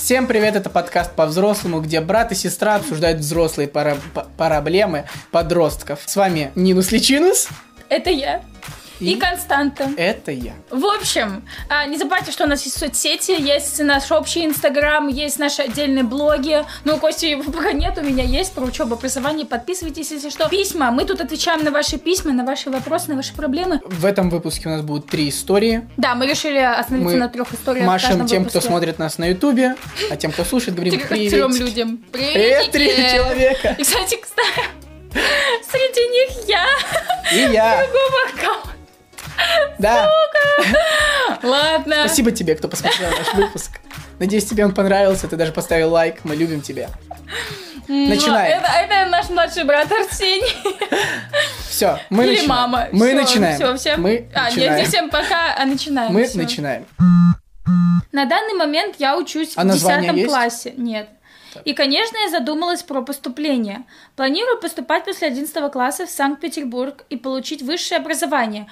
Всем привет, это подкаст по-взрослому, где брат и сестра обсуждают взрослые проблемы подростков. С вами Нинус Личинус. Это я. И Константа. Это я. В общем, не забывайте, что у нас есть соцсети, есть наш общий Инстаграм, есть наши отдельные блоги. Ну, Кости его пока нет, у меня есть про учебу, образование. Подписывайтесь, если что. Письма. Мы тут отвечаем на ваши письма, на ваши вопросы, на ваши проблемы. В этом выпуске у нас будут 3 истории. Да, мы решили остановиться на 3 историях. Машем тем, кто смотрит нас на Ютубе, а тем, кто слушает, говорим привет. 3 людям. Привет, 3 человека. И, кстати, среди них я. И я. Другого аккаунта. Да. Сука. Ладно. Спасибо тебе, кто посмотрел наш выпуск. Надеюсь, тебе он понравился, ты даже поставил лайк. Мы любим тебя. Начинаем. Это наш младший брат Арсений. Все, мы начинаем. Или мама. Мы начинаем. Все, всем. Мы начинаем. Не всем пока, а начинаем. Мы начинаем. На данный момент я учусь в 10 классе. Нет. И, конечно, я задумалась про поступление. Планирую поступать после 11 класса в Санкт-Петербург и получить высшее образование.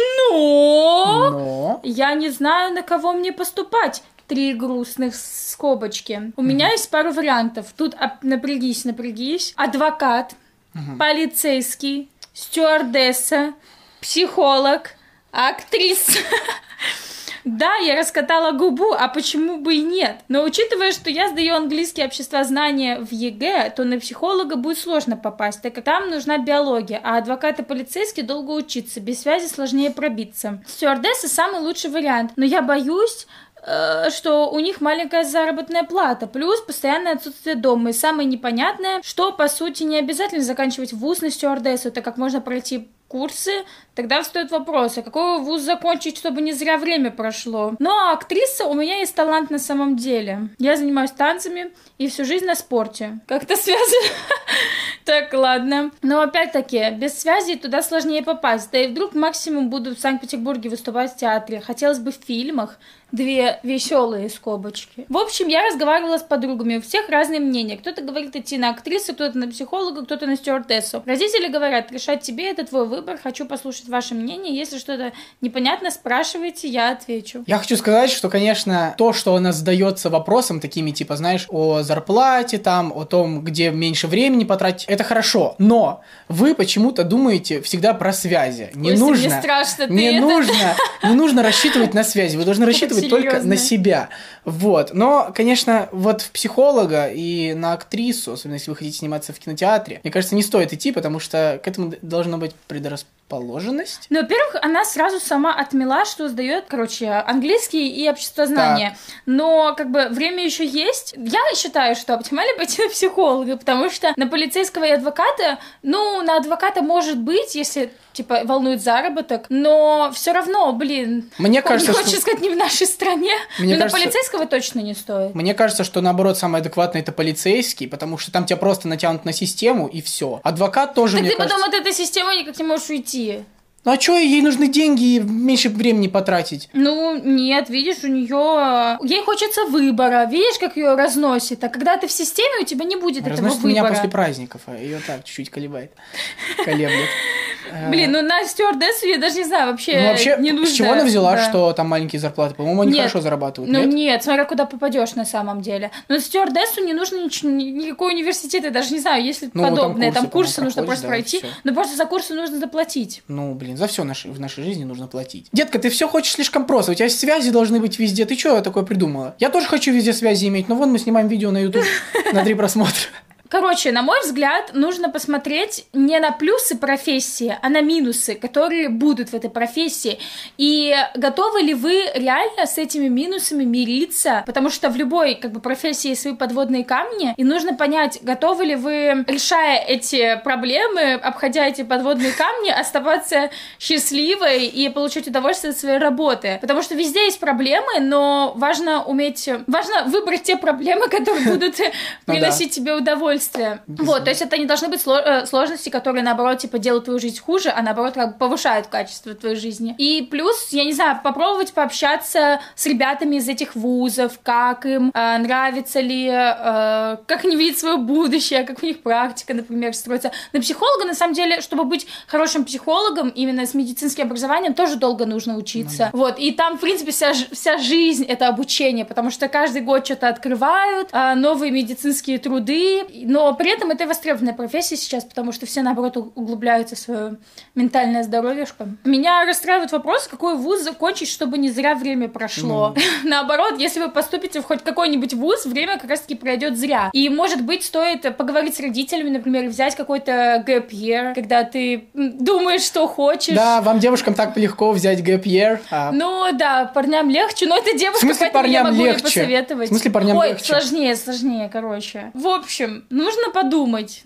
Но я не знаю, на кого мне поступать. 3 грустных скобочки. У меня есть пару вариантов. Тут напрягись. Адвокат, полицейский, стюардесса, психолог, актриса. Да, я раскатала губу, а почему бы и нет? Но учитывая, что я сдаю английский обществознание в ЕГЭ, то на психолога будет сложно попасть, так как там нужна биология, а адвокат и полицейский долго учиться, без связи сложнее пробиться. Стюардесса самый лучший вариант, но я боюсь, что у них маленькая заработная плата, плюс постоянное отсутствие дома. И самое непонятное, что, по сути, не обязательно заканчивать вуз на стюардессу, так как можно пройти курсы. Тогда встает вопрос, а какой вуз закончить, чтобы не зря время прошло? Но актриса, у меня есть талант на самом деле. Я занимаюсь танцами и всю жизнь на спорте. Как-то связано? Так, ладно. Но опять-таки, без связи туда сложнее попасть. Да и вдруг максимум буду в Санкт-Петербурге выступать в театре. Хотелось бы в фильмах. 2 веселые скобочки. В общем, я разговаривала с подругами. У всех разные мнения. Кто-то говорит идти на актрису, кто-то на психолога, кто-то на стюардессу. Родители говорят, решать тебе, это твой выбор. Хочу послушать ваше мнение. Если что-то непонятно, спрашивайте, я отвечу. Я хочу сказать, что, конечно, то, что у нас задается вопросом такими, типа, знаешь, о зарплате, там, о том, где меньше времени потратить, это хорошо. Но вы почему-то думаете всегда про связи. Не нужно. Мне страшно, не нужно рассчитывать на связи. Вы должны рассчитывать только на себя. Вот. Но, конечно, вот в психолога и на актрису, особенно если вы хотите сниматься в кинотеатре, мне кажется, не стоит идти, потому что к этому должна быть предрасположенность. Ну, во-первых, она сразу сама отмела, что сдает, английский и обществознание. Так. Но, время еще есть. Я считаю, что оптимально пойти на психолога, потому что на полицейского и адвоката, на адвоката может быть, если, волнует заработок, но все равно, мне кажется, хочется сказать, не в нашей стране, но на полицейского точно не стоит. Мне кажется, что, наоборот, самый адекватный это полицейский, потому что там тебя просто натянут на систему, и все. Адвокат тоже, так мне кажется... потом от этой системы никак не можешь уйти. Ну а что, ей нужны деньги и меньше времени потратить? Ну, нет, видишь, у нее... Ей хочется выбора, видишь, как ее разносит. А когда ты в системе, у тебя не будет этого выбора. Разносит меня после праздников, а ее так чуть-чуть колеблет. На стюардессу я даже не знаю, вообще не нужно. С чего она взяла, что там маленькие зарплаты? По-моему, они хорошо зарабатывают, нет? Нет, смотря куда попадешь на самом деле. Но стюардессу не нужно никакой университет, я даже не знаю, есть ли подобное. Там курсы нужно просто пройти, но просто за курсы нужно заплатить. За все в нашей жизни нужно платить. Детка, ты все хочешь слишком просто. У тебя связи должны быть везде. Ты что такое придумала? Я тоже хочу везде связи иметь, но вон мы снимаем видео на YouTube на 3 просмотра. Короче, на мой взгляд, нужно посмотреть не на плюсы профессии, а на минусы, которые будут в этой профессии. И готовы ли вы реально с этими минусами мириться? Потому что в любой профессии есть свои подводные камни, и нужно понять, готовы ли вы, решая эти проблемы, обходя эти подводные камни, оставаться счастливой и получать удовольствие от своей работы. Потому что везде есть проблемы, но важно выбрать те проблемы, которые будут приносить тебе удовольствие. удовольствие. Вот, то есть это не должны быть сложности, которые, наоборот, типа, делают твою жизнь хуже, а наоборот, как бы повышают качество твоей жизни. И плюс, я не знаю, попробовать пообщаться с ребятами из этих вузов, как им, нравится ли, как они видят свое будущее, как у них практика, например, строится. На психолога, на самом деле, чтобы быть хорошим психологом, именно с медицинским образованием, тоже долго нужно учиться. Вот, и там, в принципе, вся жизнь — это обучение, потому что каждый год что-то открывают, новые медицинские труды, но при этом это востребованная профессия сейчас, потому что все, наоборот, углубляются в свое ментальное здоровьишко. Меня расстраивает вопрос, какой вуз закончить, чтобы не зря время прошло. Наоборот, если вы поступите в хоть какой-нибудь вуз, время как раз-таки пройдет зря. И, может быть, стоит поговорить с родителями, например, взять какой-то gap year, когда ты думаешь, что хочешь. Да, вам, девушкам, так легко взять gap year. Ну, да, парням легче, но это девушка, поэтому я могу ей посоветовать. В смысле, парням легче? Ой, сложнее, короче. В общем, нужно подумать.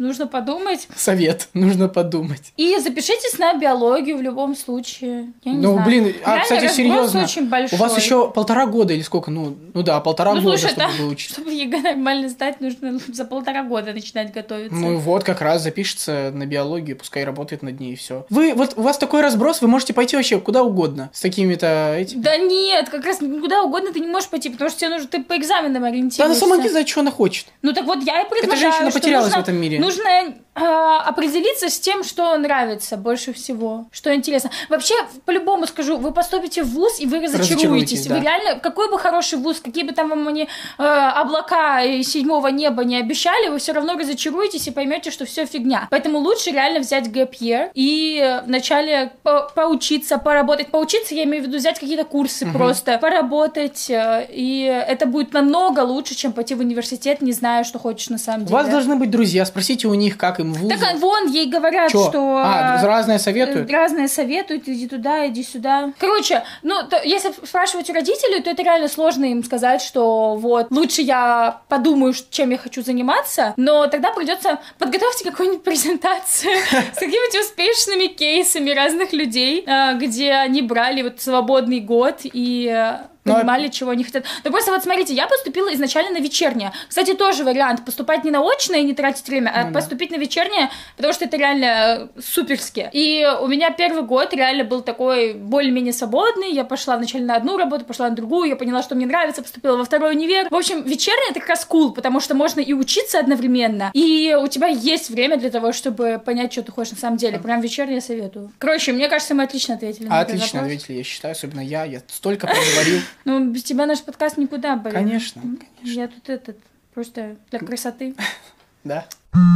Совет, нужно подумать. И запишитесь на биологию в любом случае. Я не знаю. Блин, кстати, серьезно. Очень большой. У вас еще 1,5 года или сколько? Ну да, 1,5 года, слушай, чтобы выучить. Чтобы ЕГЭ нормально сдать, нужно за 1,5 года начинать готовиться. Ну вот, как раз запишется на биологию, пускай работает над ней и все. Вот у вас такой разброс, вы можете пойти вообще куда угодно с такими-то этими. Да нет, как раз куда угодно ты не можешь пойти, потому что тебе нужно, ты по экзаменам ориентируешься. Да она сама не знает, что она хочет. Ну так вот я и предлагаю, эта женщина потерялась в этом мире. Нужно определиться с тем, что нравится больше всего, что интересно. Вообще, по-любому скажу, вы поступите в вуз, и вы разочаруетесь. Да. Вы реально, какой бы хороший вуз, какие бы там вам они облака и седьмого неба не обещали, вы все равно разочаруетесь и поймете, что все фигня. Поэтому лучше реально взять gap year и вначале поучиться, поработать. Поучиться, я имею в виду взять какие-то курсы просто, поработать, и это будет намного лучше, чем пойти в университет, не зная, что хочешь на самом деле. У вас должны быть друзья, спросите у них, как им в вузе. Так вон, ей говорят, что... разные советуют? Разные советуют, иди туда, иди сюда. Короче, если спрашивать у родителей, то это реально сложно им сказать, что вот, лучше я подумаю, чем я хочу заниматься, но тогда придется подготовьте какую-нибудь презентацию с какими-то успешными кейсами разных людей, где они брали вот свободный год и... понимали, чего они хотят. Но просто вот смотрите, я поступила изначально на вечернее. Кстати, тоже вариант поступать не на очное и не тратить время, а поступить на вечернее, потому что это реально суперски. И у меня первый год реально был такой более-менее свободный. Я пошла вначале на одну работу, пошла на другую, я поняла, что мне нравится, поступила во второй универ. В общем, вечернее — это как раз cool, потому что можно и учиться одновременно, и у тебя есть время для того, чтобы понять, что ты хочешь на самом деле. Прям вечернее советую. Короче, мне кажется, мы отлично ответили на этот вопрос. Отлично ответили, я считаю, особенно я столько проговорил. Ну, без тебя наш подкаст никуда, блин. Конечно. Я тут просто для красоты. Да.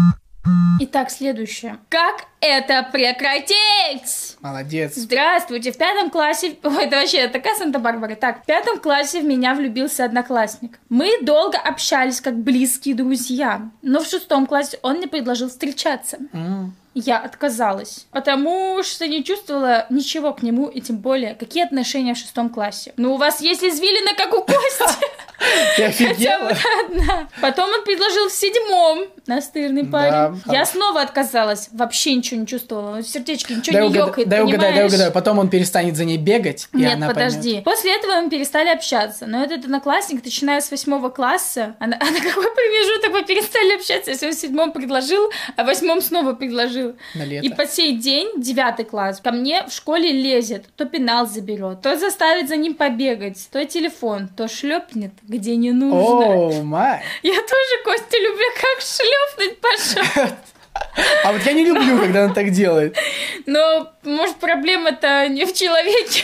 Итак, следующее. Как это прекратить? Молодец. Здравствуйте. В 5 классе... Ой, это вообще такая Санта-Барбара. Так, в 5 классе в меня влюбился одноклассник. Мы долго общались как близкие друзья. Но в 6 классе он мне предложил встречаться. Я отказалась, потому что не чувствовала ничего к нему, и тем более, какие отношения в 6 классе. Ну, у вас есть извилина, как у Кости. Ты офигела? Потом он предложил в 7, настырный парень. Я снова отказалась, вообще ничего не чувствовала, сердечко ничего не ёкает, дай угадаю. Потом он перестанет за ней бегать, и нет, она подожди. поймет. После этого мы перестали общаться, но этот одноклассник, начиная с 8 класса, а на какой промежуток мы перестали общаться, если он в 7 предложил, а в 8 снова предложил. На лето. И по сей день, 9 класс, ко мне в школе лезет, то пенал заберет, то заставит за ним побегать, то телефон, то шлепнет, где не нужно. Оу, май. Я тоже Костю люблю, как шлепнуть, пожалуйста. А вот я не люблю, когда он так делает. Но, может, проблема-то не в человеке.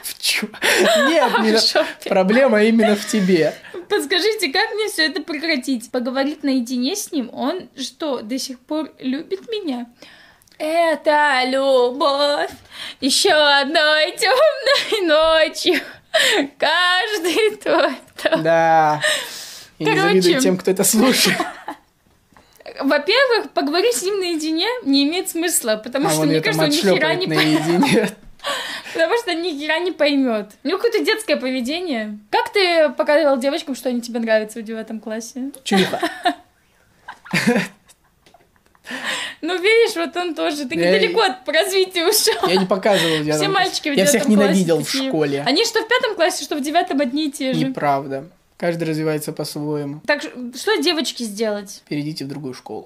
Нет, проблема именно в тебе. Подскажите, как мне все это прекратить? Поговорить наедине с ним? Он что, до сих пор любит меня? Это любовь еще одной темной ночью. Каждый твой. Да. Я не завидую тем, кто это слушает. Во-первых, поговорить с ним наедине не имеет смысла, потому что, мне кажется, он ни хера не поймет. Потому что ни хера не поймет. У него какое-то детское поведение. Как ты показывал девочкам, что они тебе нравятся в 9 классе? Чуха. Ну, видишь, вот он тоже. Ты недалеко от развития ушел. Я не показывал. Все мальчики в 9 классе. Я всех ненавидел в школе. Они что в 5 классе, что в 9 одни и те же. Неправда. Каждый развивается по-своему. Так что девочки сделать? Перейдите в другую школу.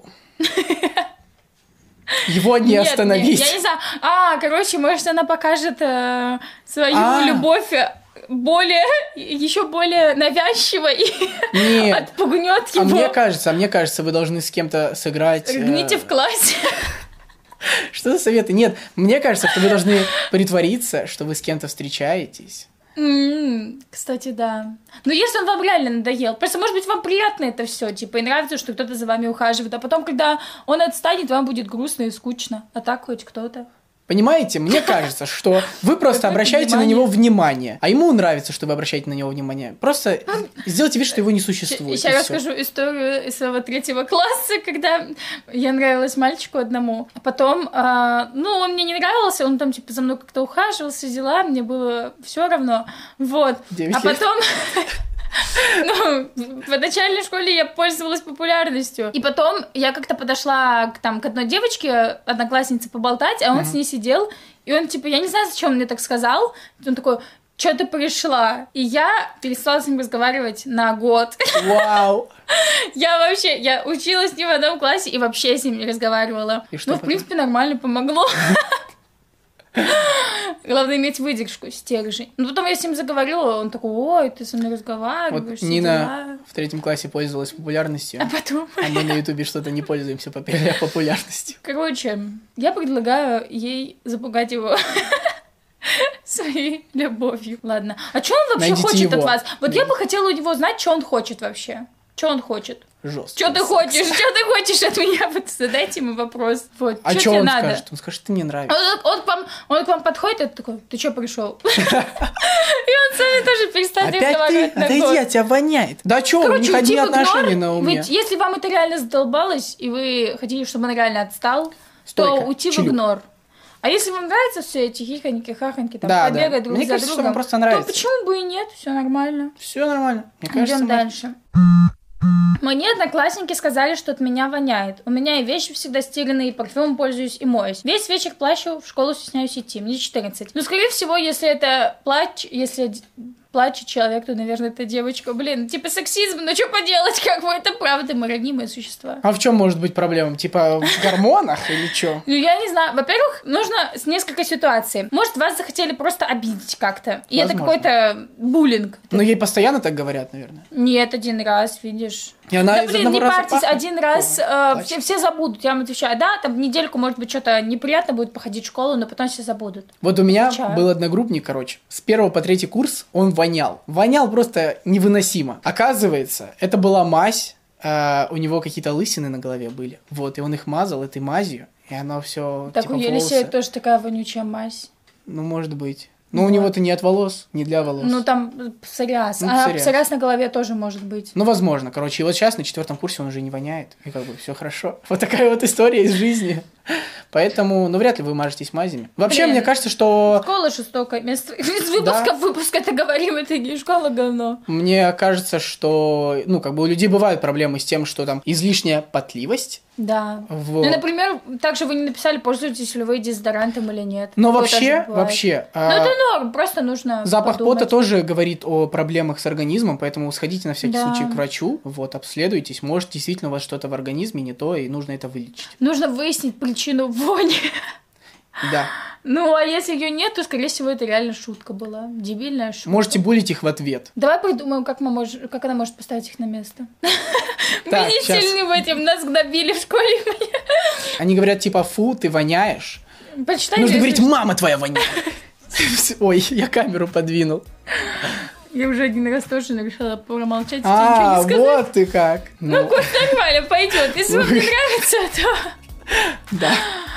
Его не остановить. Я не знаю. Короче, может, она покажет свою любовь еще более навязчиво и отпугнет его. Мне кажется, вы должны с кем-то сыграть... Рыгните в классе. Что за советы? Нет, мне кажется, что вы должны притвориться, что вы с кем-то встречаетесь. Кстати, да. Но если он вам реально надоел, просто, может быть, вам приятно это все, типа, и нравится, что кто-то за вами ухаживает, а потом, когда он отстанет, вам будет грустно и скучно, а так хоть кто-то. Понимаете, мне кажется, что вы просто обращаете на него внимание, а ему нравится, что вы обращаете на него внимание. Просто сделайте вид, что его не существует. Сейчас расскажу историю из своего 3 класса, когда я нравилась мальчику одному, а потом, он мне не нравился, он там, типа, за мной как-то ухаживал, все дела, мне было все равно, вот. 9 а потом... в начальной школе я пользовалась популярностью. И потом я как-то подошла к одной девочке, однокласснице, поболтать, а он с ней сидел, и он, типа, я не знаю, зачем он мне так сказал, он такой: что ты пришла? И я перестала с ним разговаривать на год. Вау! Я училась с ним в одном классе и вообще с ним не разговаривала. И что в принципе, нормально помогло. Главное иметь выдержку, стержень. Но потом я с ним заговорила, он такой: ой, ты со мной разговариваешь. Вот Нина в 3 классе пользовалась популярностью. А потом... А мы на Ютубе что-то не пользуемся популярностью. Короче, я предлагаю ей запугать его своей любовью. Ладно. А что он вообще хочет от вас? Вот я бы хотела у него знать, что он хочет вообще. Что он хочет? Жестко. Что ты хочешь от меня? Вот задайте ему вопрос. Вот. А что он скажет? Он скажет: ты мне нравишься. Он к вам подходит, и такой: ты что пришел? И он с вами тоже перестанет разговаривать на год. Отойди, от тебя воняет. Да что, у них одни отношения на уме. Если вам это реально задолбалось, и вы хотите, чтобы он реально отстал, то уйти в игнор. А если вам нравятся все эти хихоньки, хахоньки, там, побегать друг за другом, мне кажется, что вам просто нравится. То почему бы и нет? Все нормально. Все нормально. Идем дальше. Мне одноклассники сказали, что от меня воняет. У меня и вещи всегда стиранные, и парфюмом пользуюсь, и моюсь. Весь вечер плачу, в школу стесняюсь идти. Мне 14. Но, скорее всего, если плачет человек, то, наверное, это девочка. Блин, типа сексизм, но что поделать, как бы это правда, мы роднимые существа. А в чем может быть проблема? Типа в гормонах или что? Ну, я не знаю. Во-первых, нужно несколько ситуаций. Может, вас захотели просто обидеть как-то. И это какой-то буллинг. Но ей постоянно так говорят, наверное. Нет, один раз, видишь. И она да, блин, не парьтесь, один раз все забудут, я вам отвечаю. Да, там недельку, может быть, что-то неприятно будет походить в школу, но потом все забудут. Вот у меня был одногруппник, короче, с 1 по 3 курс он вонял. Вонял просто невыносимо. Оказывается, это была мазь, у него какие-то лысины на голове были. Вот, и он их мазал этой мазью, и оно все так типа, у Елисея тоже такая вонючая мазь. Ну, может быть. Но у него-то не от волос, не для волос. Ну, там псориаз. Псориаз на голове тоже может быть. Ну, возможно. Короче, и вот сейчас на 4 курсе он уже не воняет. И как бы все хорошо. Вот такая вот история из жизни. Поэтому, вряд ли вы мажетесь мазями. Вообще, мне кажется, что... Школа жестокая. Из выпуска в выпуск это говорим, это не школа говно. Мне кажется, что, у людей бывают проблемы с тем, что там излишняя потливость. Да. Вот. Ну, например, также вы не написали, пользуетесь ли вы дезодорантом или нет. Но вообще... это норм, просто нужно запах пота тоже говорит о проблемах с организмом, поэтому сходите на всякий случай к врачу, обследуйтесь. Может, действительно у вас что-то в организме не то, и нужно это вылечить. Нужно выяснить причину вони. Да. Ну, а если ее нет, то, скорее всего, это реально шутка была. Дебильная шутка. Можете булить их в ответ. Давай придумаем, как она может поставить их на место. Мы не сильны в этом, нас гнобили в школе. Они говорят, типа, фу, ты воняешь. Почитай. Нужно говорить, мама твоя воняет. Ой, я камеру подвинул. Я уже один раз тоже решила промолчать и ничего не сказать. Вот ты как. Год нормально пойдет. Если вам не нравится, да.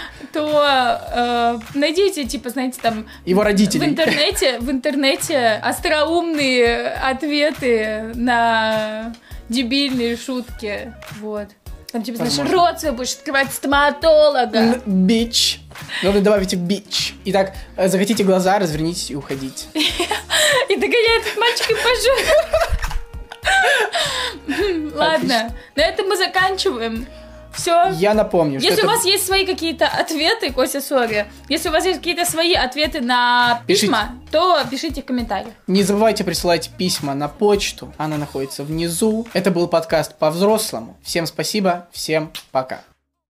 То найдите, знаете, там... Его родители. В интернете остроумные ответы на дебильные шутки. Вот. Там, знаешь, рот свой будешь открывать стоматолога. Бич. Надо добавить бич. Итак, закатите глаза, развернитесь и уходите. И догоняет этот мальчик и пожалуйста. Ладно, на этом мы заканчиваем. Все. Я напомню, что если у вас есть свои какие-то ответы, Костя, сори, если у вас есть какие-то свои ответы на письма, то пишите в комментариях. Не забывайте присылать письма на почту, она находится внизу. Это был подкаст по-взрослому. Всем спасибо, всем пока.